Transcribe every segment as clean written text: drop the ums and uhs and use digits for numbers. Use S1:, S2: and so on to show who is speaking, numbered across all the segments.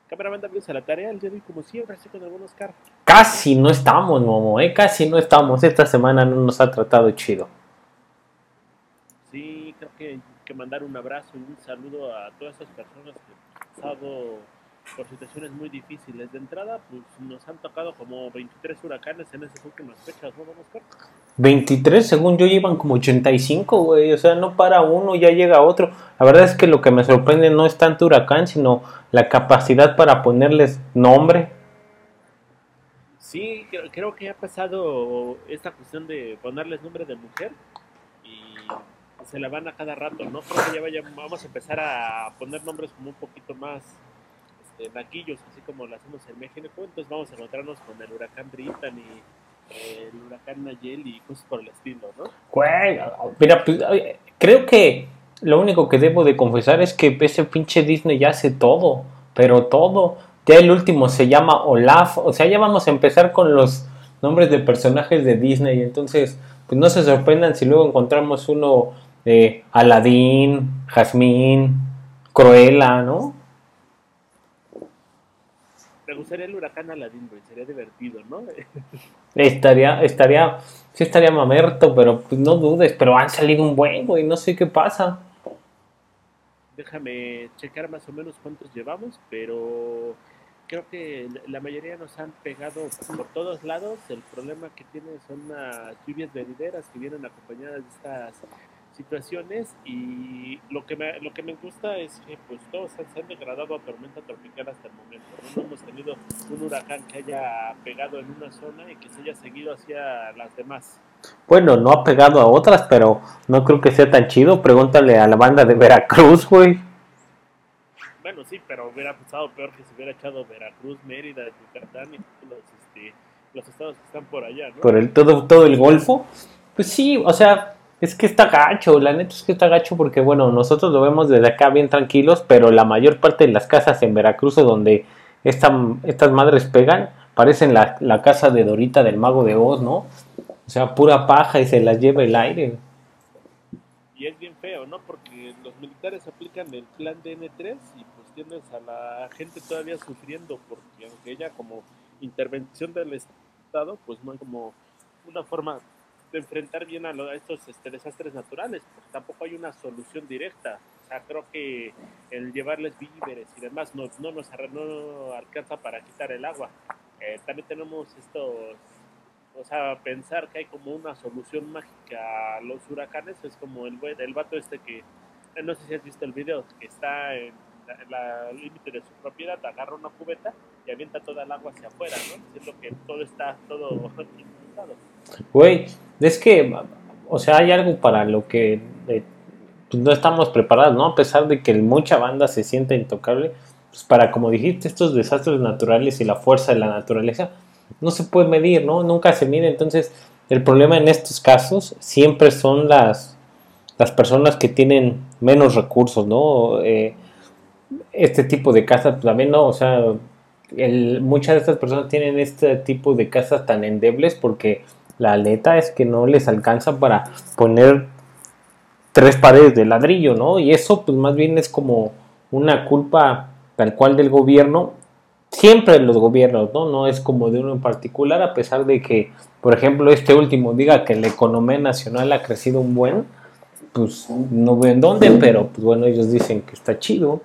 S1: Cámara, bienvenidos a la tarea. El día de hoy, como siempre, estoy con el buen Oscar.
S2: Casi no estamos, Momo, casi no estamos. Esta semana no nos ha tratado chido.
S1: Sí, creo que mandar un abrazo y un saludo a todas esas personas que han pasado por situaciones muy difíciles. De entrada, pues nos han tocado como 23 huracanes en esas últimas fechas, ¿no, don Oscar?
S2: 23, según yo, llevan como 85, güey. O sea, no para uno, ya llega otro. La verdad es que lo que me sorprende no es tanto huracán, sino la capacidad para ponerles nombre.
S1: Sí, creo que ha pasado esta cuestión de ponerles nombre de mujer y se la van a cada rato, ¿no? Creo que vamos a empezar a poner nombres como un poquito más naquillos, así como lo hacemos en México. Entonces vamos a encontrarnos con el huracán Brittany, el huracán Nayeli y cosas por el estilo, ¿no?
S2: Güey, mira, pues, creo que lo único que debo de confesar es que ese pinche Disney ya hace todo, pero todo. Ya el último se llama Olaf, o sea, ya vamos a empezar con los nombres de personajes de Disney, entonces, pues no se sorprendan si luego encontramos uno de Aladdin, Jasmine, Cruella, ¿no?
S1: Me gustaría el huracán Aladdin, güey, sería divertido, ¿no?
S2: Sí estaría mamerto, pero pues no dudes, pero han salido un buen, güey, no sé qué pasa.
S1: Déjame checar más o menos cuántos llevamos, pero creo que la mayoría nos han pegado por todos lados. El problema que tiene son las lluvias venideras que vienen acompañadas de estas situaciones, y lo que me gusta es que pues todos se han degradado a tormenta tropical hasta el momento, ¿no? No hemos tenido un huracán que haya pegado en una zona y que se haya seguido hacia las demás.
S2: Bueno, no ha pegado a otras, pero no creo que sea tan chido. Pregúntale a la banda de Veracruz, güey.
S1: Bueno, sí, pero hubiera pasado peor que se hubiera echado Veracruz, Mérida, Yucatán y los estados que están por allá, ¿no?
S2: Por el todo el Golfo. Pues sí, o sea, es que está gacho. La neta es que está gacho porque, bueno, nosotros lo vemos desde acá bien tranquilos, pero la mayor parte de las casas en Veracruz, donde estas madres pegan, parecen la casa de Dorita del Mago de Oz, ¿no? O sea, pura paja y se las lleva el aire.
S1: Y es bien feo, ¿no? Porque los militares aplican el plan DN3 y pues tienes a la gente todavía sufriendo, porque aunque ella como intervención del Estado, pues no hay como una forma de enfrentar bien a estos desastres naturales, porque tampoco hay una solución directa. O sea, creo que el llevarles víveres y demás no alcanza para quitar el agua. También tenemos estos, o sea, pensar que hay como una solución mágica a los huracanes es como el vato que, no sé si has visto el video, que está en límite de su propiedad, agarra una cubeta y avienta toda el agua hacia afuera, ¿no? Diciendo que todo está todo inundado.
S2: Güey, es que, o sea, hay algo para lo que pues, no estamos preparados, ¿no? A pesar de que mucha banda se siente intocable, pues para, como dijiste, estos desastres naturales y la fuerza de la naturaleza no se puede medir, ¿no? Nunca se mide. Entonces, el problema en estos casos siempre son las personas que tienen menos recursos, ¿no? Este tipo de casas pues, también, ¿no? O sea, muchas de estas personas tienen este tipo de casas tan endebles porque la neta es que no les alcanza para poner tres paredes de ladrillo, ¿no? Y eso pues más bien es como una culpa tal cual del gobierno, siempre de los gobiernos, ¿no? No es como de uno en particular, a pesar de que, por ejemplo, este último diga que la economía nacional ha crecido un buen, pues no veo en dónde, pero pues bueno, ellos dicen que está chido.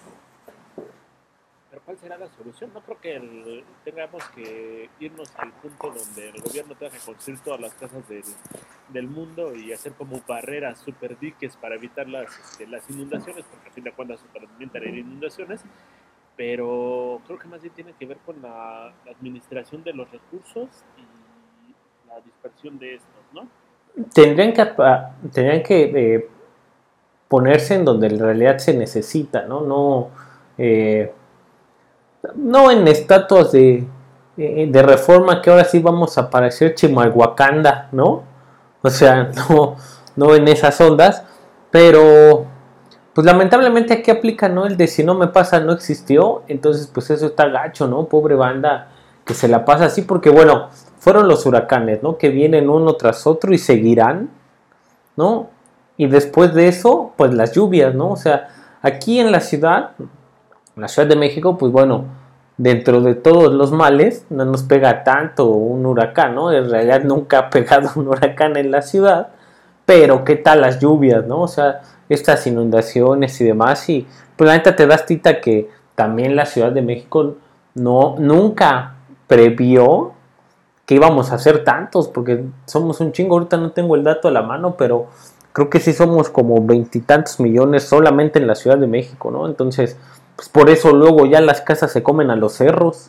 S1: Pero ¿cuál será la solución? No creo que tengamos que irnos al punto donde el gobierno tenga que construir todas las casas del mundo y hacer como barreras, super diques para evitar las inundaciones, porque a fin de cuentas también tener inundaciones, pero creo que más bien tiene que ver con la administración de los recursos y la dispersión de estos, ¿no?
S2: Tendrían que ponerse en donde en realidad se necesita, ¿no? Eh, no en estatuas de reforma que ahora sí vamos a parecer Chimalhuacanda, ¿no? O sea, no en esas ondas, pero pues lamentablemente aquí aplica, ¿no? El de si no me pasa no existió, entonces pues eso está gacho, ¿no? Pobre banda que se la pasa así, porque bueno, fueron los huracanes, ¿no? Que vienen uno tras otro y seguirán, ¿no? Y después de eso, pues las lluvias, ¿no? O sea, aquí en la ciudad En la Ciudad de México, pues bueno, dentro de todos los males, no nos pega tanto un huracán, ¿no? En realidad nunca ha pegado un huracán en la ciudad, pero ¿qué tal las lluvias, no? O sea, estas inundaciones y demás, y pues la neta te das tita que también la Ciudad de México nunca previó que íbamos a ser tantos, porque somos un chingo, ahorita no tengo el dato a la mano, pero creo que sí somos como veintitantos millones solamente en la Ciudad de México, ¿no? Entonces, pues por eso luego ya las casas se comen a los cerros.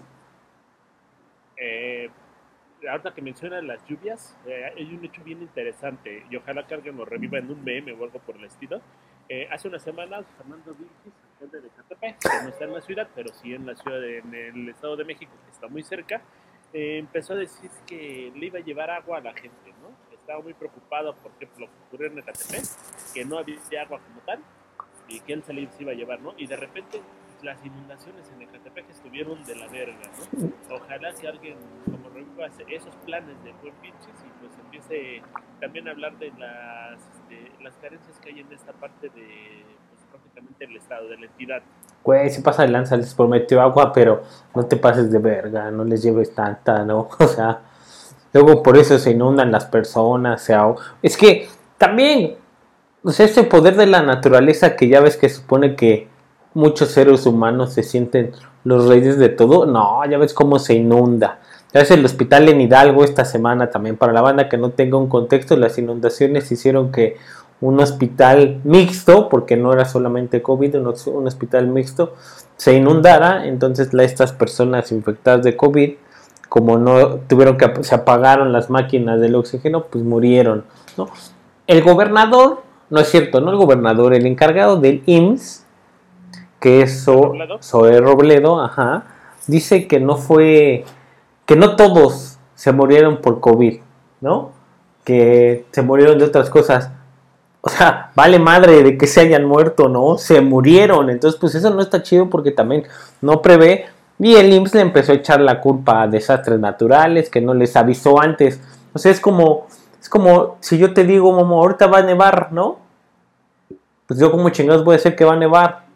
S1: Eh, Ahorita que mencionas las lluvias, hay un hecho bien interesante y ojalá que alguien lo reviva en un meme o algo por el estilo. Hace unas semanas, Fernando Vilchis, alcalde de Catepec, que no está en la ciudad, pero sí en la ciudad, en el Estado de México, que está muy cerca, empezó a decir que le iba a llevar agua a la gente, ¿no? Estaba muy preocupado por lo que ocurrió en Ecatepec, que no había agua como tal, y que él se iba a llevar, ¿no? Y de repente las inundaciones en Ecatepec estuvieron de la verga, ¿no? Ojalá que alguien como reviva esos planes de buen pinches y pues empiece también a hablar de las carencias que hay en esta parte de pues, prácticamente el estado, de la entidad.
S2: Güey, si pasa de lanza, les prometió agua, pero no te pases de verga, no les lleves tanta, ¿no? O sea, luego por eso se inundan las personas, es que también, o sea, ese poder de la naturaleza que ya ves que supone que muchos seres humanos se sienten los reyes de todo, no, ya ves cómo se inunda. Ya ves el hospital en Hidalgo esta semana también, para la banda que no tenga un contexto, las inundaciones hicieron que un hospital mixto, porque no era solamente COVID, un hospital mixto, se inundara, entonces estas personas infectadas de COVID, como no tuvieron que, se apagaron las máquinas del oxígeno, pues murieron, ¿no? El gobernador, no es cierto, no el gobernador, el encargado del IMSS, que es Zoe Robledo, ajá, dice que no fue, que no todos se murieron por COVID, ¿no? Que se murieron de otras cosas. O sea, vale madre de que se hayan muerto, ¿no? Se murieron. Entonces, pues eso no está chido porque también no prevé. Y el IMSS le empezó a echar la culpa a desastres naturales que no les avisó antes. O sea, es como si yo te digo, mamá, ahorita va a nevar, ¿no? Pues yo como chingados voy a decir que va a nevar.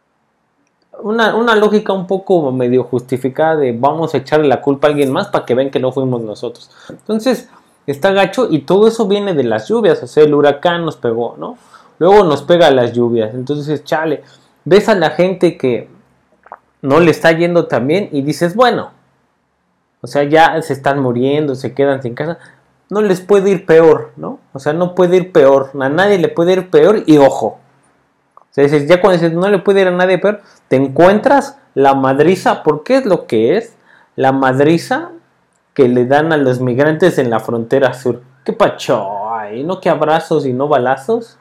S2: Una lógica un poco medio justificada de vamos a echarle la culpa a alguien más para que vean que no fuimos nosotros. Entonces, está gacho y todo eso viene de las lluvias, o sea, el huracán nos pegó, ¿no? Luego nos pega las lluvias, entonces, chale, ves a la gente que no le está yendo tan bien y dices, bueno, o sea, ya se están muriendo, se quedan sin casa, no les puede ir peor, ¿no? O sea, no puede ir peor, a nadie le puede ir peor y ojo, o sea, ya cuando dices no le puede ir a nadie peor, te encuentras la madriza, porque es lo que es, la madriza que le dan a los migrantes en la frontera sur. ¿Qué pacho? Ay, no que abrazos y no balazos.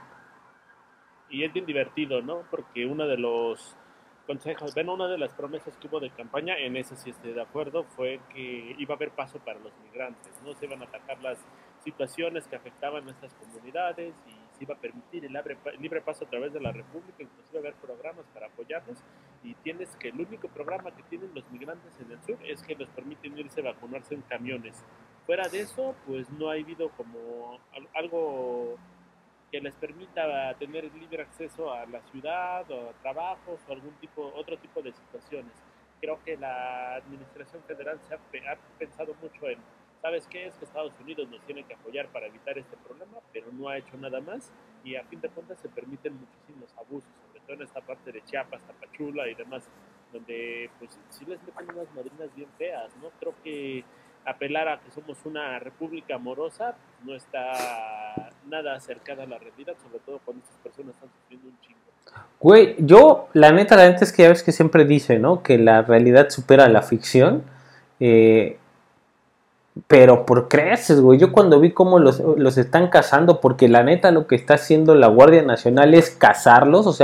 S1: Y es bien divertido, ¿no? Porque uno de los consejos, bueno, una de las promesas que hubo de campaña, en eso sí estoy de acuerdo, fue que iba a haber paso para los migrantes, no se iban a atacar las situaciones que afectaban a estas comunidades y se iba a permitir el libre paso a través de la República, inclusive haber programas para apoyarlos y tienes que el único programa que tienen los migrantes en el sur es que les permiten irse a vacunarse en camiones. Fuera de eso, pues no ha habido como algo que les permita tener libre acceso a la ciudad o a trabajos o otro tipo de situaciones. Creo que la administración federal ha pensado mucho en, ¿sabes qué? Es que Estados Unidos nos tiene que apoyar para evitar este problema, pero no ha hecho nada más y a fin de cuentas se permiten muchísimos abusos, sobre todo en esta parte de Chiapas, Tapachula y demás, donde pues sí les meten unas madrinas bien feas, ¿no? Creo que apelar a que somos una república amorosa no está nada acercada a la realidad, sobre todo cuando estas personas están sufriendo un chingo.
S2: Güey, la neta es que ya ves que siempre dice, ¿no? Que la realidad supera la ficción. Eh, pero por creces, güey. Yo cuando vi cómo los están cazando, porque la neta lo que está haciendo la Guardia Nacional es cazarlos, o sea,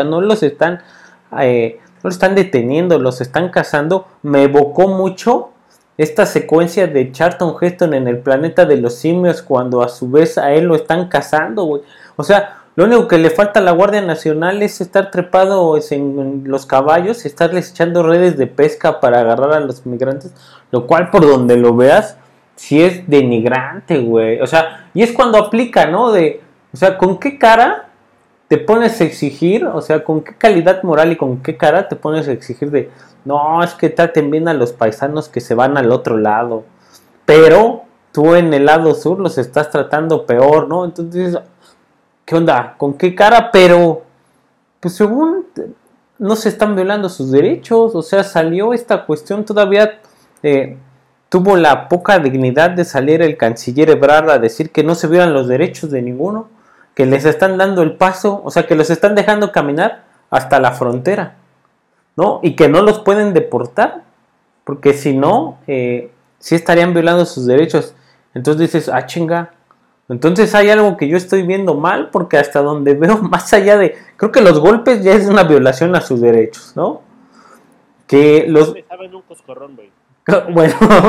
S2: no lo están deteniendo, los están cazando. Me evocó mucho esta secuencia de Charlton Heston en el planeta de los simios, cuando a su vez a él lo están cazando, güey. O sea, lo único que le falta a la Guardia Nacional es estar trepado en los caballos y estarles echando redes de pesca para agarrar a los migrantes, lo cual por donde lo veas, sí es denigrante, güey. O sea, y es cuando aplica, ¿no? O sea, ¿con qué cara te pones a exigir, o sea, con qué calidad moral y con qué cara te pones a exigir de, no, es que traten bien a los paisanos que se van al otro lado, pero tú en el lado sur los estás tratando peor, ¿no? Entonces, ¿qué onda? ¿Con qué cara? Pero, pues según no se están violando sus derechos, o sea, salió esta cuestión todavía, eh, tuvo la poca dignidad de salir el canciller Ebrard a decir que no se violan los derechos de ninguno, que les están dando el paso, o sea, que los están dejando caminar hasta la frontera, ¿no? Y que no los pueden deportar, porque si no, sí estarían violando sus derechos. Entonces dices, ah, chinga. Entonces hay algo que yo estoy viendo mal, porque hasta donde veo, más allá de, creo que los golpes ya es una violación a sus derechos, ¿no? Que
S1: Ya
S2: los,
S1: me saben un coscorrón, güey.
S2: bueno,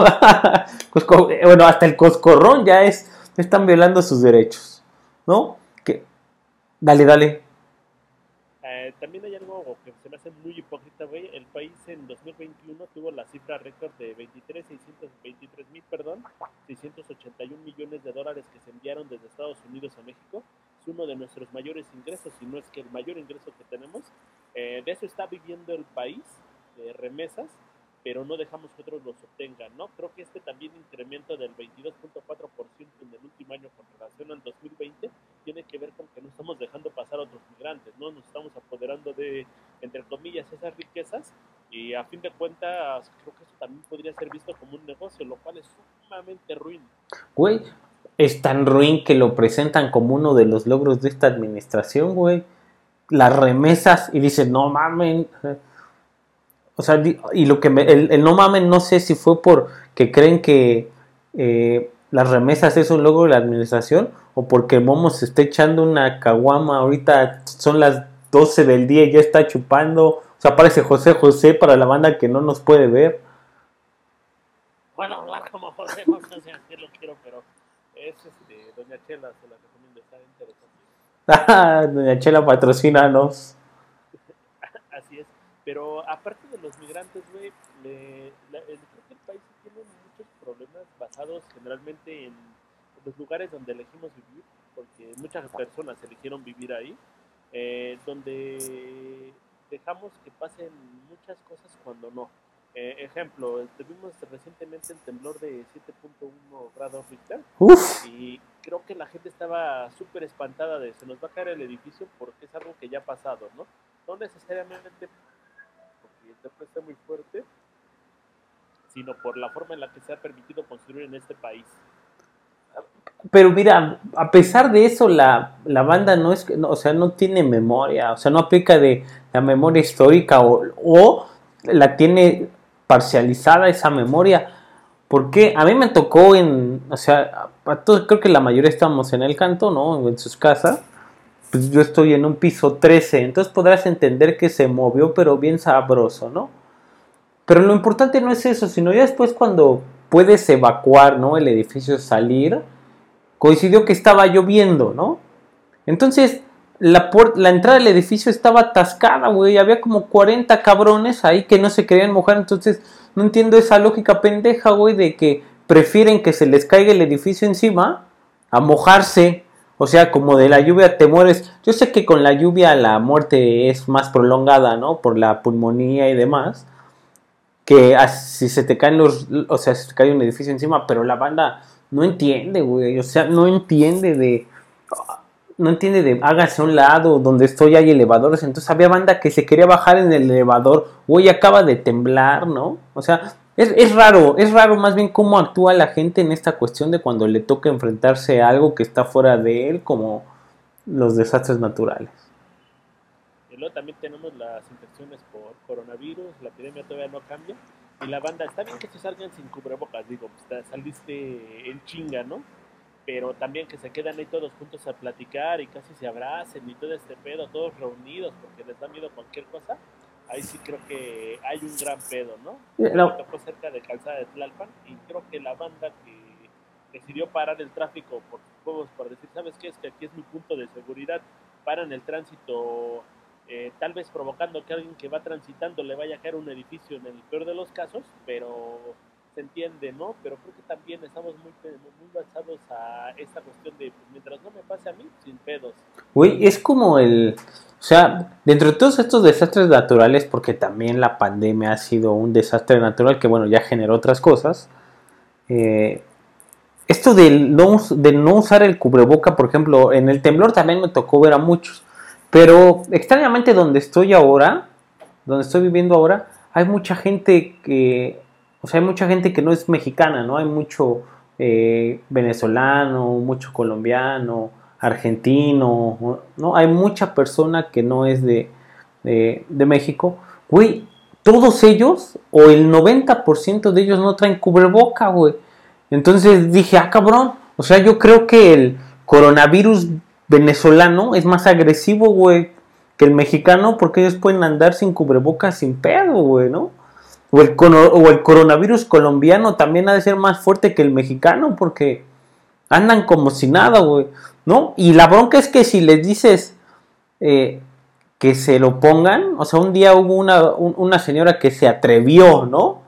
S2: bueno, hasta el coscorrón ya es, están violando sus derechos, ¿no? Que, dale, dale.
S1: También hay algo que se me hace muy hipócrita, güey. El país en 2021 tuvo la cifra récord de 23.623.000, perdón, 681 millones de dólares que se enviaron desde Estados Unidos a México. Es uno de nuestros mayores ingresos, si no es que el mayor ingreso que tenemos. De eso está viviendo el país, de remesas, pero no dejamos que otros los obtengan, ¿no? Creo que este también incremento del 22.4% en el último año con relación al 2020 tiene que ver con que no estamos dejando pasar a otros migrantes, ¿no? Nos estamos apoderando de, entre comillas, esas riquezas y a fin de cuentas creo que eso también podría ser visto como un negocio, lo cual es sumamente ruin.
S2: Güey, es tan ruin que lo presentan como uno de los logros de esta administración, güey. Las remesas y dicen, no mamen. O sea, y lo que el no mamen, no sé si fue por que creen que las remesas es un logro de la administración o porque Momo se está echando una caguama. Ahorita son las 12 del día y ya está chupando. O sea, aparece José José para la banda que no nos puede ver.
S1: Bueno, hablar como José, no sé si lo quiero, pero es Doña Chela, se la recomiendo, está interesante.
S2: Doña Chela, patrocínanos.
S1: Así es. Pero aparte de los migrantes, güey, creo que el país tiene muchos problemas basados generalmente en los lugares donde elegimos vivir, porque muchas personas eligieron vivir ahí, donde dejamos que pasen muchas cosas cuando no. Ejemplo, tuvimos recientemente el temblor de 7.1 grados Richter
S2: Uf,
S1: y creo que la gente estaba súper espantada de se nos va a caer el edificio porque es algo que ya ha pasado, ¿no? No necesariamente porque el temblor esté muy fuerte, sino por la forma en la que se ha permitido construir en este país.
S2: pero mira, a pesar de eso, la banda no es, no, o sea, no tiene memoria, o sea, no aplica de la memoria histórica o la tiene parcializada esa memoria. Porque a mí me tocó en, o sea, a todos, creo que la mayoría estamos en el canto, ¿no? En sus casas. Pues yo estoy en un piso 13, entonces podrás entender que se movió, pero bien sabroso, ¿no? Pero lo importante no es eso, sino ya después cuando puedes evacuar, ¿no? El edificio, salir, coincidió que estaba lloviendo, ¿no? Entonces, la entrada del edificio estaba atascada, güey. Había como 40 cabrones ahí que no se querían mojar. Entonces, no entiendo esa lógica pendeja, güey, de que prefieren que se les caiga el edificio encima a mojarse. O sea, como de la lluvia te mueres. Yo sé que con la lluvia la muerte es más prolongada, ¿no? Por la pulmonía y demás. Que si se te caen los. O sea, si se te cae un edificio encima. Pero la banda no entiende, güey. O sea, no entiende de hágase a un lado, donde estoy hay elevadores, entonces había banda que se quería bajar en el elevador, hoy acaba de temblar, ¿no? O sea, es raro más bien cómo actúa la gente en esta cuestión de cuando le toca enfrentarse a algo que está fuera de él, como los desastres naturales.
S1: Y luego también tenemos las infecciones por coronavirus, la epidemia todavía no cambia. Y la banda, está bien que se salgan sin cubrebocas, digo, pues, saliste en chinga, ¿no? Pero también que se quedan ahí todos juntos a platicar y casi se abracen y todo este pedo, todos reunidos porque les da miedo cualquier cosa. Ahí sí creo que hay un gran pedo, ¿no? A mí me
S2: No,
S1: tocó cerca de Calzada de Tlalpan y creo que la banda que decidió parar el tráfico por sus juegos, por decir, ¿sabes qué? Es que aquí es mi punto de seguridad, paran el tránsito, tal vez provocando que alguien que va transitando le vaya a caer un edificio en el peor de los casos, pero se entiende, ¿no? Pero creo que también estamos muy basados a esta cuestión de, pues, mientras no me pase a mí, sin pedos.
S2: Güey, es como o sea, dentro de todos estos desastres naturales, porque también la pandemia ha sido un desastre natural que, bueno, ya generó otras cosas. eh, Esto de no usar el cubreboca, por ejemplo, en el temblor también me tocó ver a muchos. Pero extrañamente donde estoy viviendo ahora, hay mucha gente o sea, hay mucha gente que no es mexicana, ¿no? Hay mucho venezolano, mucho colombiano, argentino, ¿no? Hay mucha persona que no es de México. Güey, todos ellos, o el 90% de ellos no traen cubreboca, güey. Entonces dije, ah, cabrón, o sea, yo creo que el coronavirus venezolano es más agresivo, güey, que el mexicano, porque ellos pueden andar sin cubrebocas sin pedo, güey, ¿no? O el coronavirus colombiano también ha de ser más fuerte que el mexicano, porque andan como si nada, güey, ¿no? Y la bronca es que si les dices eh, que se lo pongan, o sea, un día hubo una señora que se atrevió, ¿no?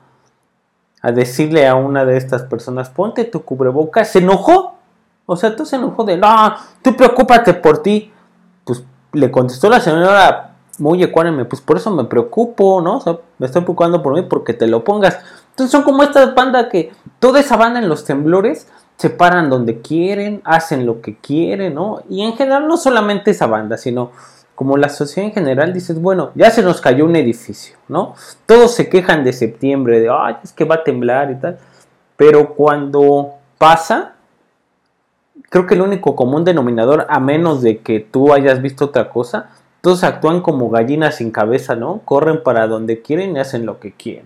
S2: A decirle a una de estas personas, ponte tu cubrebocas, se enojó. O sea, tú se enojó de, no, tú preocúpate por ti. Pues le contestó la señora muy ecuánime, pues por eso me preocupo, ¿no? O sea, me estoy preocupando por mí porque te lo pongas. Entonces son como esta banda que, toda esa banda en los temblores, se paran donde quieren, hacen lo que quieren, ¿no? Y en general no solamente esa banda, sino como la sociedad en general, dices, bueno, ya se nos cayó un edificio, ¿no? Todos se quejan de septiembre, de, ay, es que va a temblar y tal. Pero cuando pasa, creo que el único común denominador, a menos de que tú hayas visto otra cosa, todos actúan como gallinas sin cabeza, ¿no? Corren para donde quieren y hacen lo que quieren.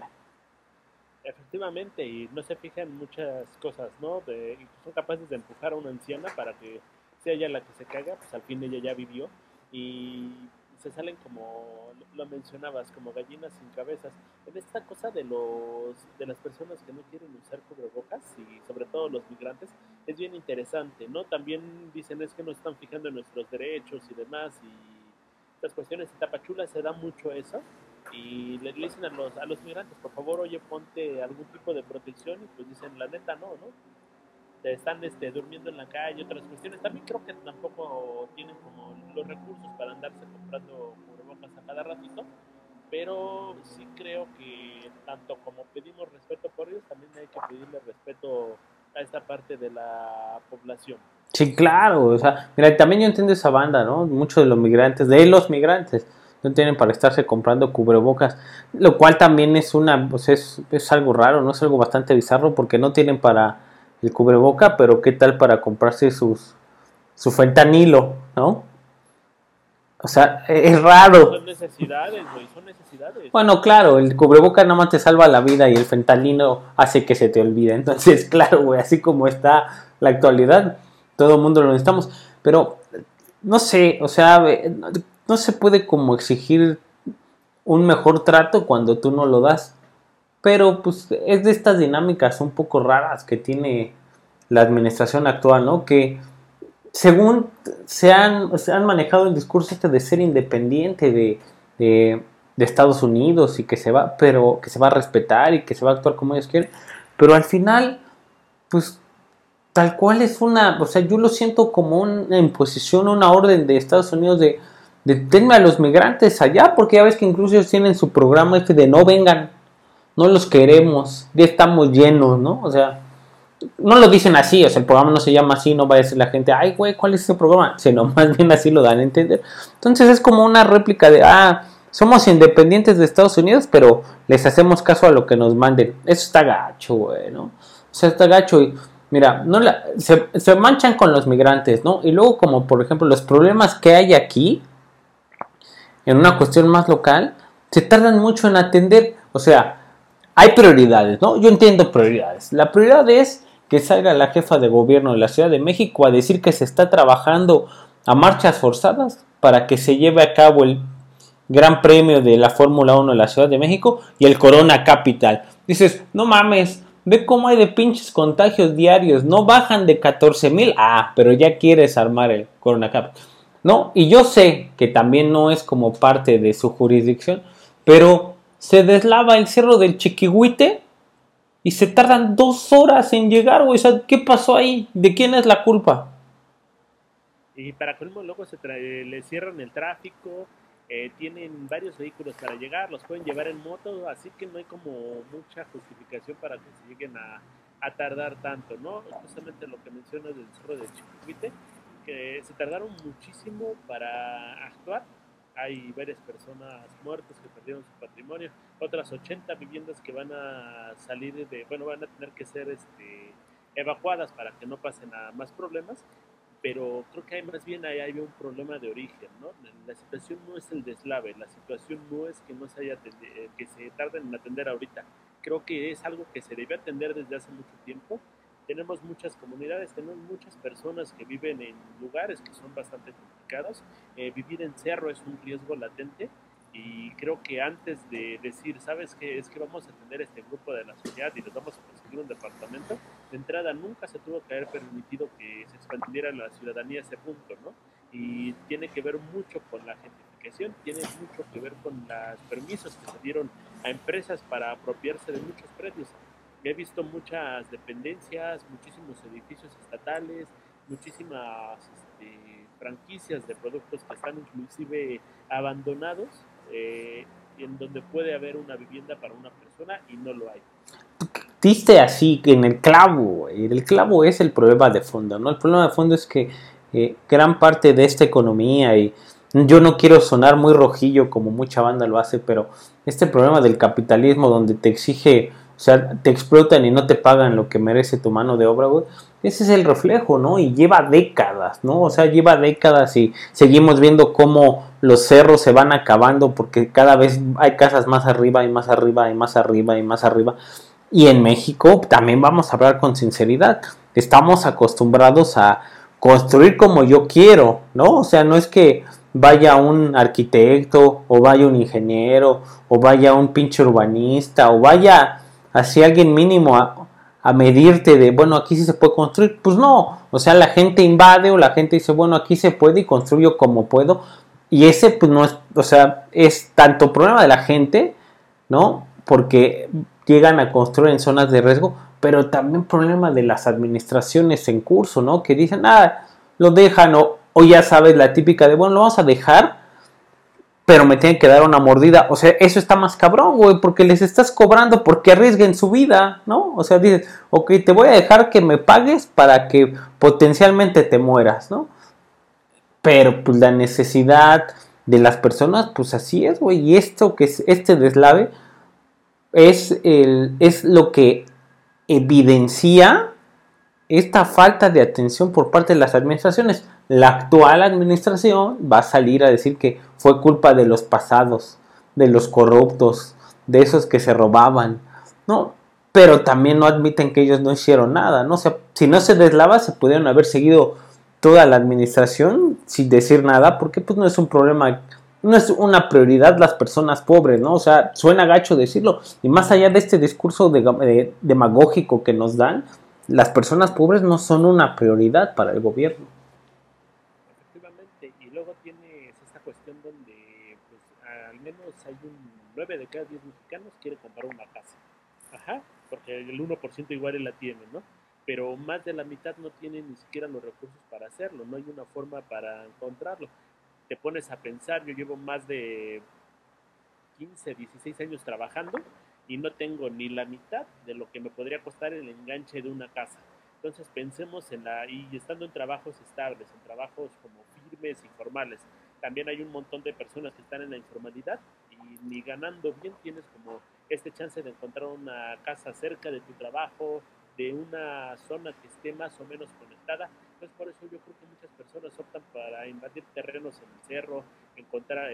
S1: Efectivamente, y no se fijan en muchas cosas, ¿no? Son capaces de empujar a una anciana para que sea ella la que se caga, pues al fin ella ya vivió, y se salen como lo mencionabas, como gallinas sin cabezas. En esta cosa de las personas que no quieren usar cubrebocas, y sobre todo los migrantes, es bien interesante, ¿no? También dicen es que no están fijando en nuestros derechos y demás, y estas cuestiones en Tapachula se da mucho eso, y le dicen a los migrantes, por favor, oye, ponte algún tipo de protección, y pues dicen, la neta, no, ¿no? Están durmiendo en la calle, otras cuestiones. También creo que tampoco tienen como los recursos para andarse comprando cubrebocas a cada ratito, pero sí creo que tanto como pedimos respeto por ellos, también hay que pedirle respeto a esta parte de la población.
S2: Sí, claro, o sea, mira, también yo entiendo esa banda, ¿no? Muchos de los migrantes, no tienen para estarse comprando cubrebocas, lo cual también es pues es algo raro, ¿no? Es algo bastante bizarro porque no tienen para el cubreboca, pero ¿qué tal para comprarse su fentanilo, ¿no? O sea, es raro.
S1: Son necesidades, güey, son necesidades.
S2: Bueno, claro, el cubreboca nada más te salva la vida y el fentanilo hace que se te olvide. Entonces, claro, güey, así como está la actualidad, todo el mundo lo necesitamos. Pero, no sé, o sea, no se puede como exigir un mejor trato cuando tú no lo das. Pero, pues, es de estas dinámicas un poco raras que tiene la administración actual, ¿no? Que según se han manejado el discurso este de ser independiente de Estados Unidos y que pero que se va a respetar y que se va a actuar como ellos quieren, pero al final, pues tal cual o sea, yo lo siento como una imposición, una orden de Estados Unidos de denme a los migrantes allá, porque ya ves que incluso ellos tienen su programa este de no vengan, no los queremos, ya estamos llenos, ¿no? O sea, no lo dicen así, o sea, el programa no se llama así, no va a decir la gente, ay, güey, ¿cuál es ese programa? Sino más bien así lo dan a entender. Entonces es como una réplica de, somos independientes de Estados Unidos, pero les hacemos caso a lo que nos manden. Eso está gacho, güey, ¿no? O sea, está gacho y, mira, se manchan con los migrantes, ¿no? Y luego, como por ejemplo, los problemas que hay aquí, en una cuestión más local, se tardan mucho en atender, o sea, hay prioridades, ¿no? Yo entiendo prioridades. La prioridad es que salga la jefa de gobierno de la Ciudad de México a decir que se está trabajando a marchas forzadas para que se lleve a cabo el Gran Premio de la Fórmula 1 de la Ciudad de México y el Corona Capital. Dices, no mames, ve cómo hay de pinches contagios diarios, no bajan de 14,000, pero ya quieres armar el Corona Capital. No, y yo sé que también no es como parte de su jurisdicción, pero se deslava el cerro del Chiquihuite y se tardan 2 horas en llegar, güey. O sea, ¿qué pasó ahí? ¿De quién es la culpa?
S1: Y para colmo luego le cierran el tráfico, tienen varios vehículos para llegar, los pueden llevar en moto, así que no hay como mucha justificación para que se lleguen a tardar tanto, ¿no? Justamente lo que mencionas del cerro de Chiquihuite, que se tardaron muchísimo para actuar. Hay varias personas muertas que perdieron su patrimonio, otras 80 viviendas que van a salir bueno, van a tener que ser evacuadas para que no pasen a más problemas, pero creo que hay más bien hay un problema de origen, ¿no? La situación no es el deslave, la situación no es que no se haya que se tarden en atender ahorita. Creo que es algo que se debe atender desde hace mucho tiempo. Tenemos muchas comunidades, tenemos muchas personas que viven en lugares que son bastante complicados. Vivir en cerro es un riesgo latente y creo que antes de decir, ¿sabes qué? Es que vamos a atender este grupo de la sociedad y les vamos a conseguir un departamento, de entrada nunca se tuvo que haber permitido que se expandiera la ciudadanía a ese punto, ¿no? Y tiene que ver mucho con la gentrificación, tiene mucho que ver con los permisos que se dieron a empresas para apropiarse de muchos predios. He visto muchas dependencias, muchísimos edificios estatales, muchísimas franquicias de productos que están inclusive abandonados, en donde puede haber una vivienda para una persona y no lo hay.
S2: Diste así que en el clavo, güey. El clavo es el problema de fondo, ¿no? El problema de fondo es que gran parte de esta economía, y yo no quiero sonar muy rojillo como mucha banda lo hace, pero este problema del capitalismo donde te exige, o sea, te explotan y no te pagan lo que merece tu mano de obra, güey. Ese es el reflejo, ¿no? Y lleva décadas, ¿no? O sea, lleva décadas y seguimos viendo cómo los cerros se van acabando porque cada vez hay casas más arriba y más arriba y más arriba y más arriba. Y en México también vamos a hablar con sinceridad. Estamos acostumbrados a construir como yo quiero, ¿no? O sea, no es que vaya un arquitecto o vaya un ingeniero o vaya un pinche urbanista o vaya así alguien mínimo a medirte de, bueno, aquí sí se puede construir. Pues no, o sea, la gente invade o la gente dice, bueno, aquí se puede y construyo como puedo. Y ese pues no es, o sea, es tanto problema de la gente, ¿no? Porque llegan a construir en zonas de riesgo, pero también problema de las administraciones en curso, ¿no? Que dicen, lo dejan, o ya sabes, la típica de, bueno, lo vamos a dejar, pero me tienen que dar una mordida. O sea, eso está más cabrón, güey, porque les estás cobrando porque arriesguen su vida, ¿no? O sea, dices, ok, te voy a dejar que me pagues para que potencialmente te mueras, ¿no? Pero pues la necesidad de las personas, pues así es, güey, y esto que es este deslave es lo que evidencia esta falta de atención por parte de las administraciones. La actual administración va a salir a decir que fue culpa de los pasados, de los corruptos, de esos que se robaban, ¿no? Pero también no admiten que ellos no hicieron nada, ¿no? O sea, si no se deslava, se pudieron haber seguido toda la administración sin decir nada, porque pues no es un problema, no es una prioridad las personas pobres, ¿no? O sea, suena gacho decirlo, y más allá de este discurso demagógico que nos dan, las personas pobres no son una prioridad para el gobierno.
S1: Efectivamente, y luego tienes esta cuestión donde pues al menos hay un 9 de cada 10 mexicanos quiere comprar una casa. Ajá, porque el 1% igual la tiene, ¿no? Pero más de la mitad no tiene ni siquiera los recursos para hacerlo, no hay una forma para encontrarlo. Te pones a pensar, yo llevo más de 15, 16 años trabajando y no tengo ni la mitad de lo que me podría costar el enganche de una casa. Entonces pensemos y estando en trabajos estables, en trabajos como firmes y formales, también hay un montón de personas que están en la informalidad y ni ganando bien tienes como este chance de encontrar una casa cerca de tu trabajo, de una zona que esté más o menos conectada. Entonces por eso yo creo que muchas personas optan para invadir terrenos en el cerro, encontrar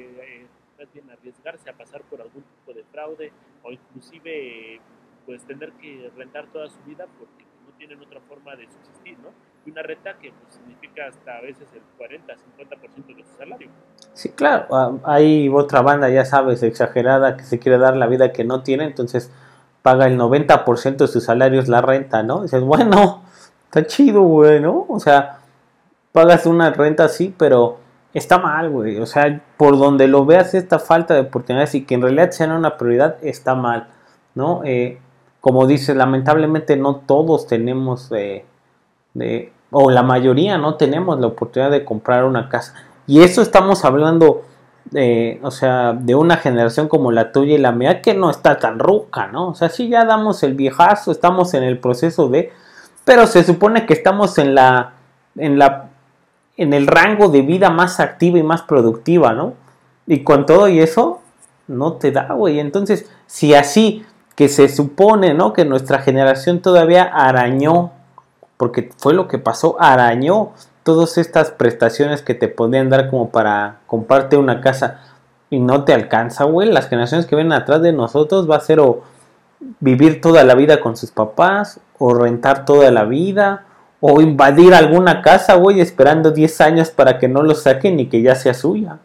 S1: más bien arriesgarse a pasar por algún tipo de fraude o inclusive pues tener que rentar toda su vida porque no tienen otra forma de subsistir, ¿no? Y una renta que pues, significa hasta a veces el 40-50% de su salario.
S2: Sí, claro, hay otra banda, ya sabes, exagerada, que se quiere dar la vida que no tiene, entonces paga el 90% de sus salarios la renta, ¿no? Y dices, bueno, está chido, güey, ¿no? O sea, pagas una renta así, pero está mal, güey. O sea, por donde lo veas, esta falta de oportunidades y que en realidad sean una prioridad, está mal, ¿no? como dices, lamentablemente no todos tenemos, o la mayoría no tenemos la oportunidad de comprar una casa. Y eso estamos hablando, o sea, de una generación como la tuya y la mía que no está tan ruca, ¿no? O sea, sí ya damos el viejazo, estamos en el proceso de, pero se supone que estamos en la, en el rango de vida más activa y más productiva, ¿no? Y con todo y eso, no te da, güey. Entonces, si así que se supone, ¿no? Que nuestra generación todavía arañó, porque fue lo que pasó, arañó todas estas prestaciones que te podían dar como para comprarte una casa y no te alcanza, güey. Las generaciones que vienen atrás de nosotros va a ser o vivir toda la vida con sus papás, o rentar toda la vida, o invadir alguna casa, güey, esperando 10 años para que no lo saquen y que ya sea suya.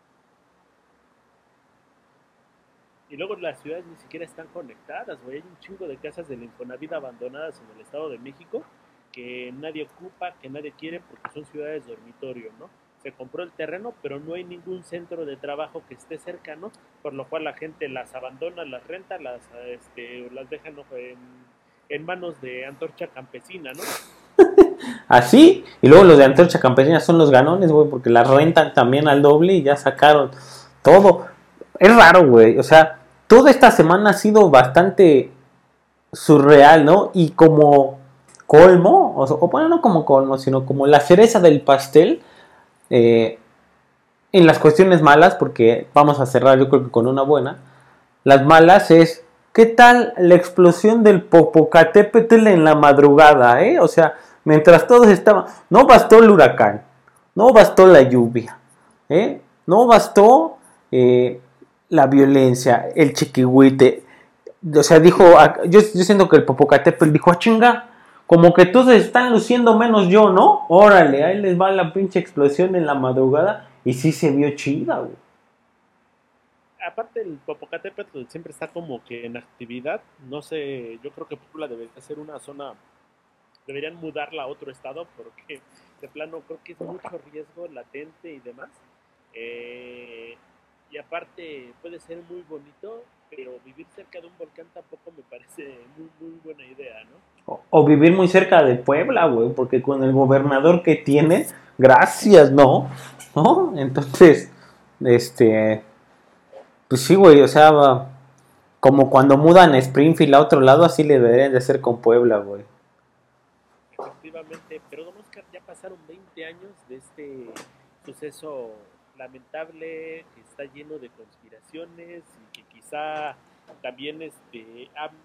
S1: Y luego las ciudades ni siquiera están conectadas, güey. Hay un chingo de casas del Infonavit abandonadas en el Estado de México que nadie ocupa, que nadie quiere porque son ciudades dormitorio, ¿no? Se compró el terreno, pero no hay ningún centro de trabajo que esté cerca, ¿no? Por lo cual la gente las abandona, las renta, las deja, ¿no? en manos de antorcha campesina, ¿no?
S2: Así, y luego los de Antorcha Campesina son los ganones, güey, porque las rentan también al doble y ya sacaron todo. Es raro, güey, o sea, toda esta semana ha sido bastante surreal, ¿no? Y como colmo, o bueno, no como colmo, sino como la cereza del pastel, eh, en las cuestiones malas, porque vamos a cerrar yo creo que con una buena, las malas es, ¿qué tal la explosión del Popocatépetl en la madrugada, eh? O sea, mientras todos estaban, no bastó el huracán, no bastó la lluvia, ¿eh? No bastó la violencia, el chiquihuite, o sea, dijo, yo siento que el Popocatépetl dijo, ah, chinga, como que todos están luciendo menos yo, ¿no? Órale, ahí les va la pinche explosión en la madrugada y sí se vio chida, güey.
S1: Aparte el Popocatépetl siempre está como que en actividad, no sé, yo creo que Puebla debería ser una zona, deberían mudarla a otro estado porque de plano creo que es mucho riesgo latente y demás. Eh, y aparte puede ser muy bonito, pero vivir cerca de un volcán tampoco me parece muy buena idea, ¿no?
S2: O vivir muy cerca de Puebla, güey, porque con el gobernador que tiene, gracias, ¿no? ¿No? Entonces, este, pues sí, güey, o sea, como cuando mudan a Springfield a otro lado, así le deberían de hacer con Puebla, güey.
S1: Efectivamente, pero don Oscar, ya pasaron 20 años de este suceso lamentable que está lleno de conspiraciones y que quizá también habla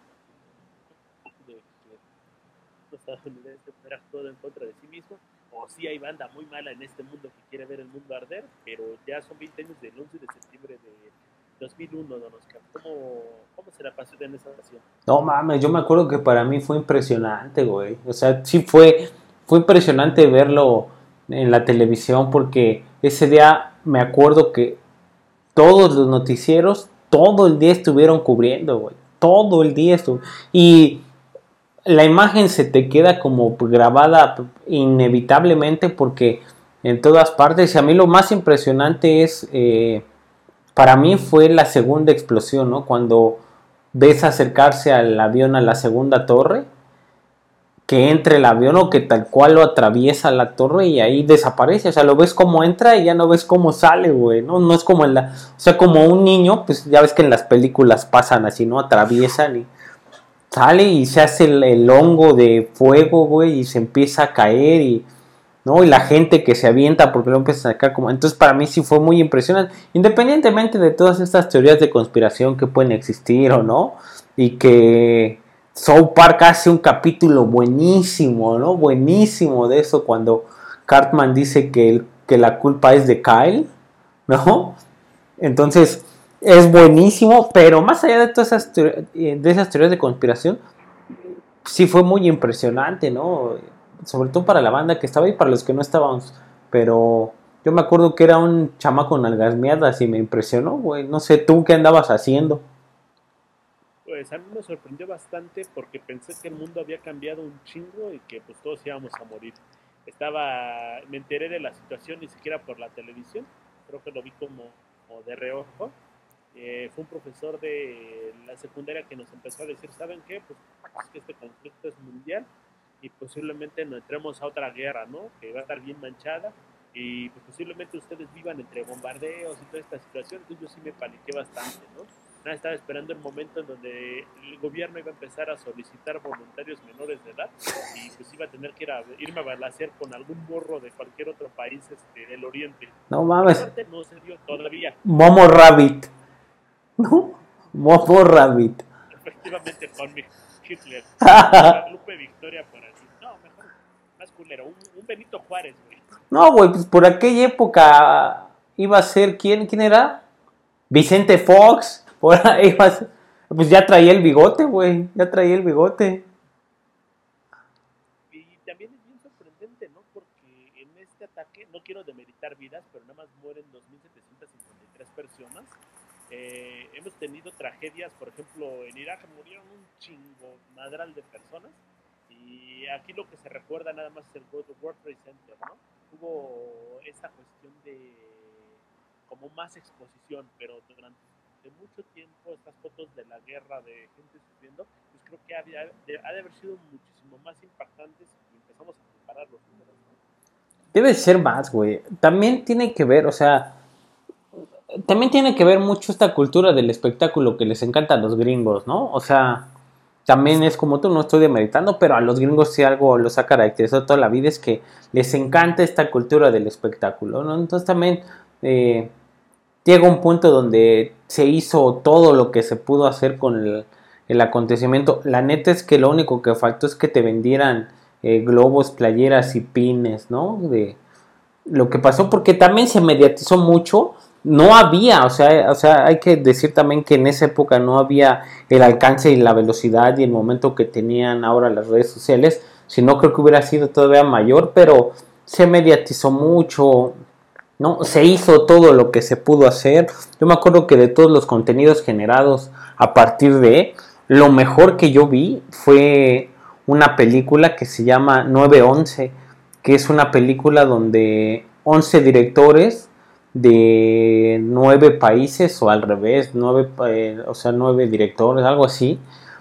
S1: de que los estadounidenses han actuado en contra de sí mismo, o si sí hay banda muy mala en este mundo que quiere ver el mundo arder, pero ya son 20 años del 11 de septiembre de 2001, don Oscar. ¿Cómo se la pasó en esa ocasión?
S2: No mames, yo me acuerdo que para mí fue impresionante, güey. O sea, fue impresionante verlo en la televisión porque ese día me acuerdo que todos los noticieros todo el día estuvieron cubriendo, güey. Todo el día estuvo. Y la imagen se te queda como grabada inevitablemente porque en todas partes. Y a mí lo más impresionante es, para mí fue la segunda explosión, ¿no? Cuando ves acercarse al avión a la segunda torre, que entre el avión o que tal cual lo atraviesa la torre y ahí desaparece, o sea, lo ves como entra y ya no ves cómo sale, güey, ¿no? No es como en la, o sea, como un niño, pues ya ves que en las películas pasan así, ¿no? Atraviesan y sale y se hace el hongo de fuego, güey, y se empieza a caer y, ¿no? Y la gente que se avienta porque lo empieza a sacar como, entonces para mí sí fue muy impresionante, independientemente de todas estas teorías de conspiración que pueden existir o no, y que South Park hace un capítulo buenísimo, ¿no? Buenísimo de eso cuando Cartman dice que la culpa es de Kyle, ¿no? Entonces es buenísimo, pero más allá de todas de esas teorías de conspiración, sí fue muy impresionante, ¿no? Sobre todo para la banda que estaba y para los que no estábamos. Pero yo me acuerdo que era un chamaco con algasmeadas y me impresionó, güey. No sé tú qué andabas haciendo.
S1: Pues a mí me sorprendió bastante porque pensé que el mundo había cambiado un chingo y que pues todos íbamos a morir. Me enteré de la situación ni siquiera por la televisión, creo que lo vi como de reojo fue un profesor de la secundaria que nos empezó a decir, ¿saben qué? Pues es que este conflicto es mundial y posiblemente nos entremos a otra guerra, ¿no? Que va a estar bien manchada y pues posiblemente ustedes vivan entre bombardeos y toda esta situación, entonces yo sí me paniqué bastante, ¿no? Nada, estaba esperando el momento en donde el gobierno iba a empezar a solicitar voluntarios menores de edad y pues iba a tener que irme a balasear con algún morro de cualquier otro país del oriente.
S2: No
S1: Por
S2: mames.
S1: suerte no se dio todavía.
S2: Momo Rabbit. ¿No? Momo Rabbit.
S1: Efectivamente, con mi Hitler. Guadalupe Victoria por así. No, mejor, más culero. Un Benito Juárez, güey.
S2: No, güey, pues por aquella época iba a ser, ¿quién era? Vicente Fox. Por ahí iba a ser, pues ya traía el bigote, güey. Ya traía el bigote.
S1: Y también es bien sorprendente, ¿no? Porque en este ataque, no quiero demeritar vidas, pero nada más mueren 2.753 personas. Hemos tenido tragedias, por ejemplo, en Irak murieron un chingo madral de personas. Y aquí lo que se recuerda nada más es el World Trade Center, ¿no? Hubo esa cuestión de como más exposición, pero durante mucho tiempo estas fotos de la guerra de gente sufriendo, pues creo que ha de haber sido muchísimo más impactantes si empezamos a comparar los números, ¿no?
S2: Debe ser más, güey. También tiene que ver, o sea, también tiene que ver mucho esta cultura del espectáculo que les encanta a los gringos, ¿no? O sea, también es como tú, no estoy demeritando, pero a los gringos sí algo los ha caracterizado toda la vida, es que les encanta esta cultura del espectáculo, ¿no? Entonces también eh, llega un punto donde se hizo todo lo que se pudo hacer con el acontecimiento. La neta es que lo único que faltó es que te vendieran globos, playeras y pines, ¿no? De lo que pasó, porque también se mediatizó mucho. No había, o sea, hay que decir también que en esa época no había el alcance y la velocidad y el momento que tenían ahora las redes sociales, si no creo que hubiera sido todavía mayor, pero se mediatizó mucho, ¿no? Se hizo todo lo que se pudo hacer. Yo me acuerdo que de todos los contenidos generados a partir de, lo mejor que yo vi fue una película que se llama 911, que es una película donde 11 directores de 9 países o al revés, 9, o sea, 9 directores, algo así,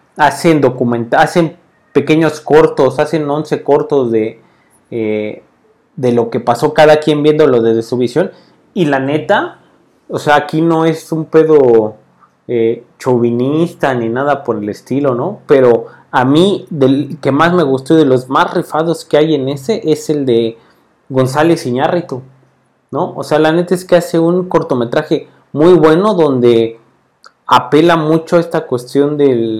S2: hacen pequeños cortos, hacen 11 cortos eh, de lo que pasó cada quien viéndolo desde su visión. Y la neta, o sea, aquí no es un pedo chauvinista ni nada por el estilo, ¿no? Pero a mí, del que más me gustó y de los más rifados que hay en ese, es el de González Iñárritu, ¿no? O sea, la neta es que hace un cortometraje muy bueno donde apela mucho a esta cuestión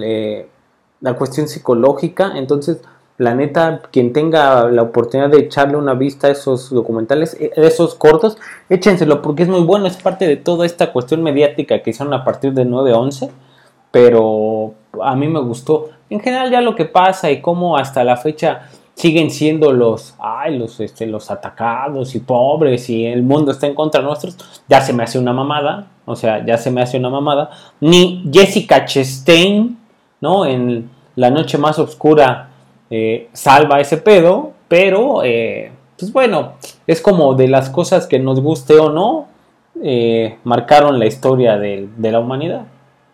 S2: la cuestión psicológica. Entonces, la neta, quien tenga la oportunidad de echarle una vista a esos documentales, a esos cortos, échenselo porque es muy bueno, es parte de toda esta cuestión mediática que hicieron a partir de 9/11, pero a mí me gustó. En general ya lo que pasa y cómo hasta la fecha siguen siendo los atacados y pobres y el mundo está en contra nuestros, ya se me hace una mamada, o sea, ya se me hace una mamada. Ni Jessica Chastain, ¿no? En La Noche Más Oscura salva ese pedo, pero pues bueno, es como de las cosas que nos guste o no, marcaron la historia de la humanidad.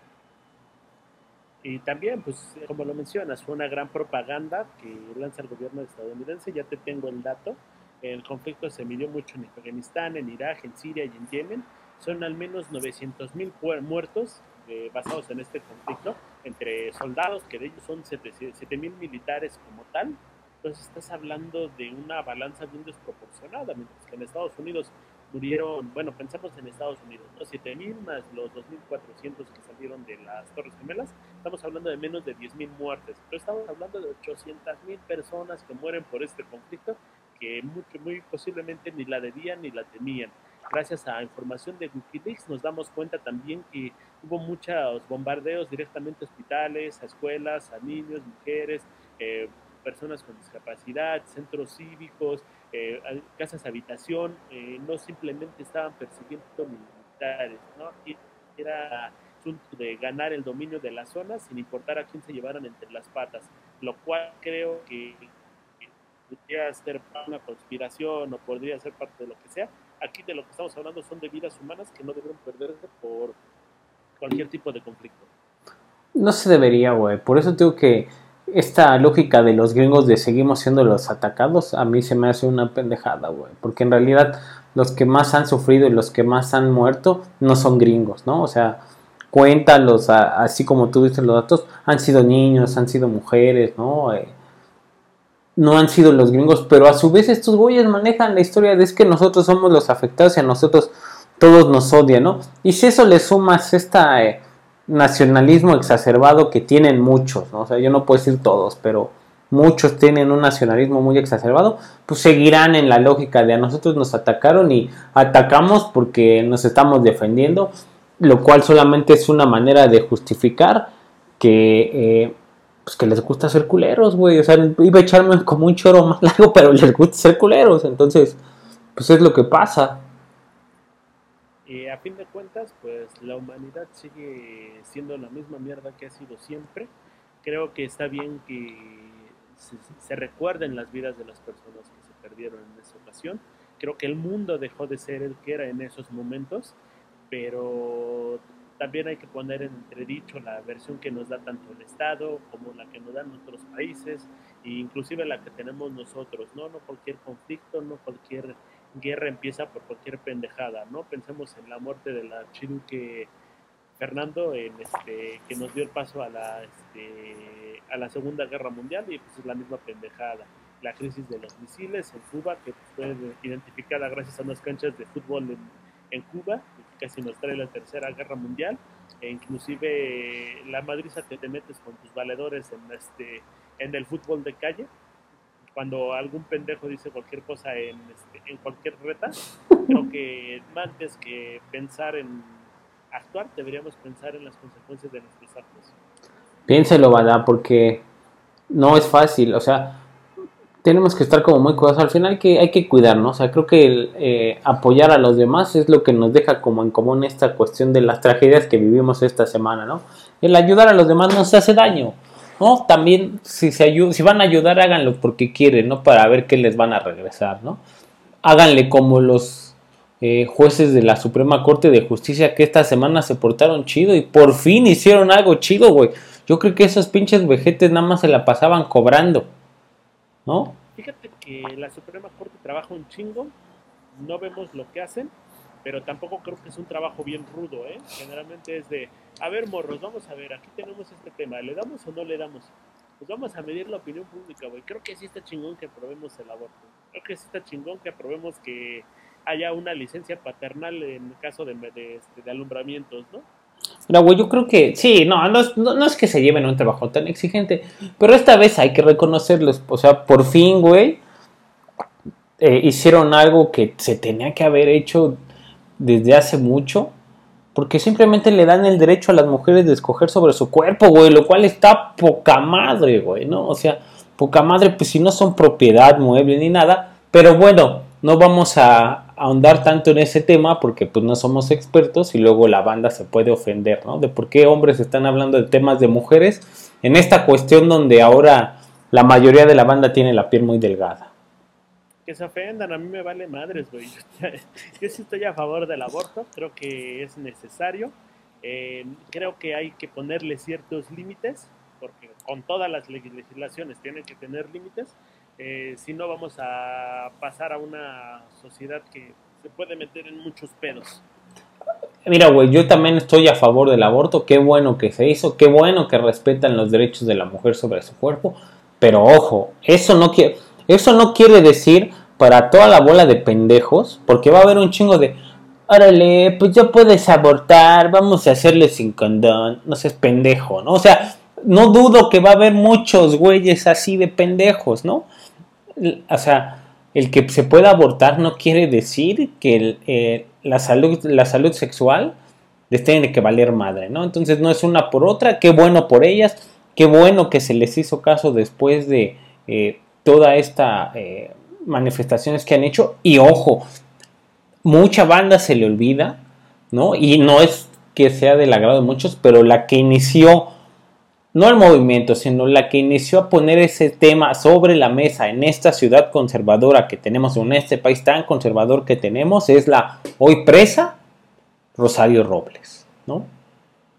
S1: Y también, pues, como lo mencionas, fue una gran propaganda que lanza el gobierno estadounidense. Ya te tengo el dato. El conflicto se midió mucho en Afganistán, en Irak, en Siria y en Yemen. Son al menos 900.000 muertos basados en este conflicto, entre soldados, que de ellos son 7.000 militares como tal. Entonces estás hablando de una balanza bien desproporcionada, mientras que en Estados Unidos murieron, bueno, pensamos en Estados Unidos, ¿no? 7.000 más los 2.400 que salieron de las Torres Gemelas, estamos hablando de menos de 10.000 muertes, pero estamos hablando de 800.000 personas que mueren por este conflicto, que muy posiblemente ni la debían ni la temían. Gracias a información de Wikileaks nos damos cuenta también que hubo muchos bombardeos directamente a hospitales, a escuelas, a niños, mujeres, personas con discapacidad, centros cívicos, casas habitación, no simplemente estaban persiguiendo militares, ¿no? Era asunto de ganar el dominio de la zona sin importar a quién se llevaran entre las patas, lo cual creo que podría ser una conspiración o podría ser parte de lo que sea. Aquí de lo que estamos hablando son de vidas humanas que no deben perderse por cualquier tipo de conflicto.
S2: No se debería, güey. Por eso digo que esta lógica de los gringos de seguimos siendo los atacados, a mí se me hace una pendejada, güey. Porque en realidad los que más han sufrido y los que más han muerto no son gringos, ¿no? O sea, cuéntalos, así como tú dices los datos, han sido niños, han sido mujeres, ¿no? No han sido los gringos, pero a su vez estos güeyes manejan la historia de es que nosotros somos los afectados y a nosotros todos nos odian, ¿no? Y si eso le sumas nacionalismo exacerbado que tienen muchos, ¿no? O sea, yo no puedo decir todos, pero muchos tienen un nacionalismo muy exacerbado, pues seguirán en la lógica de a nosotros nos atacaron y atacamos porque nos estamos defendiendo, lo cual solamente es una manera de justificar que pues que les gusta ser culeros, güey. O sea, iba a echarme como un choro más largo, pero les gusta ser culeros. Entonces, pues es lo que pasa.
S1: Y a fin de cuentas, pues la humanidad sigue siendo la misma mierda que ha sido siempre. Creo que está bien que se recuerden las vidas de las personas que se perdieron en esa ocasión. Creo que el mundo dejó de ser el que era en esos momentos, pero también hay que poner en entredicho la versión que nos da tanto el Estado como la que nos dan otros países e inclusive la que tenemos nosotros, ¿no? No cualquier conflicto, no cualquier guerra empieza por cualquier pendejada, ¿no? Pensemos en la muerte del archiduque Fernando, que nos dio el paso a la Segunda Guerra Mundial y pues es la misma pendejada. La crisis de los misiles en Cuba, que fue identificada gracias a unas canchas de fútbol en Cuba, que casi nos trae la Tercera Guerra Mundial, e inclusive la madriza que te metes con tus valedores en el fútbol de calle, cuando algún pendejo dice cualquier cosa en cualquier reta, creo que antes que pensar en actuar, deberíamos pensar en las consecuencias de nuestros actos.
S2: Piénselo, ¿verdad? Porque no es fácil. O sea, tenemos que estar como muy cuidadosos. Al final hay que cuidarnos. O sea, creo que apoyar a los demás es lo que nos deja como en común esta cuestión de las tragedias que vivimos esta semana, ¿no? El ayudar a los demás no se hace daño, ¿no? También si van a ayudar, háganlo porque quieren, ¿no? Para ver qué les van a regresar, ¿no? Háganle como los jueces de la Suprema Corte de Justicia que esta semana se portaron chido y por fin hicieron algo chido, güey. Yo creo que esos pinches vejetes nada más se la pasaban cobrando, ¿no?
S1: Fíjate que la Suprema Corte trabaja un chingo, no vemos lo que hacen, pero tampoco creo que es un trabajo bien rudo, ¿eh? Generalmente es de, a ver, morros, vamos a ver, aquí tenemos este tema, ¿le damos o no le damos? Pues vamos a medir la opinión pública, güey. Creo que sí está chingón que aprobemos el aborto. Creo que sí está chingón que aprobemos que haya una licencia paternal en caso de alumbramientos, ¿no?
S2: Mira, güey, yo creo que sí, no es que se lleven un trabajo tan exigente, pero esta vez hay que reconocerles, o sea, por fin, güey, hicieron algo que se tenía que haber hecho desde hace mucho, porque simplemente le dan el derecho a las mujeres de escoger sobre su cuerpo, güey, lo cual está poca madre, güey, ¿no? O sea, poca madre, pues si no son propiedad mueble ni nada, pero bueno, no vamos a ahondar tanto en ese tema porque pues no somos expertos y luego la banda se puede ofender, ¿no? De por qué hombres están hablando de temas de mujeres en esta cuestión donde ahora la mayoría de la banda tiene la piel muy delgada.
S1: Que se ofendan, a mí me vale madres, güey. Yo sí estoy a favor del aborto, creo que es necesario. Creo que hay que ponerle ciertos límites, porque con todas las legislaciones tienen que tener límites. Si no, vamos a pasar a una sociedad que se puede meter en muchos pedos.
S2: Mira, güey, yo también estoy a favor del aborto. Qué bueno que se hizo, qué bueno que respetan los derechos de la mujer sobre su cuerpo. Pero ojo, eso no quiere decir para toda la bola de pendejos, porque va a haber un chingo de, órale, pues ya puedes abortar, vamos a hacerle sin condón. No seas pendejo, ¿no? O sea, no dudo que va a haber muchos güeyes así de pendejos, ¿no? O sea, el que se pueda abortar no quiere decir que la salud sexual les tiene que valer madre, ¿no? Entonces no es una por otra, qué bueno por ellas, qué bueno que se les hizo caso después de toda esta manifestaciones que han hecho, y ojo, mucha banda se le olvida, ¿no? Y no es que sea del agrado de muchos, pero la que inició no el movimiento, sino la que inició a poner ese tema sobre la mesa en esta ciudad conservadora que tenemos, en este país tan conservador que tenemos, es la hoy presa Rosario Robles, ¿no?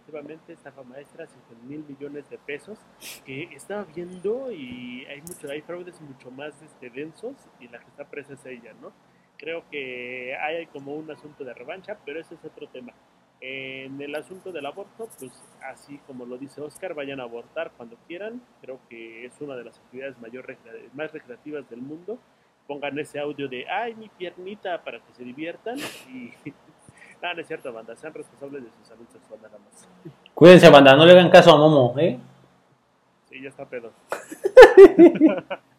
S1: efectivamente, estafa maestra, 5,000 millones de pesos, que estaba viendo y hay fraudes mucho más densos y la que está presa es ella, ¿no? Creo que hay como un asunto de revancha, pero ese es otro tema. En el asunto del aborto, pues así como lo dice Oscar, vayan a abortar cuando quieran. Creo que es una de las actividades más recreativas del mundo. Pongan ese audio de, ay, mi piernita, para que se diviertan. Y no, no es cierto, banda, sean responsables de su salud sexual nada más.
S2: Cuídense, banda, no le hagan caso a Momo, ¿eh?
S1: Sí, ya está pedo.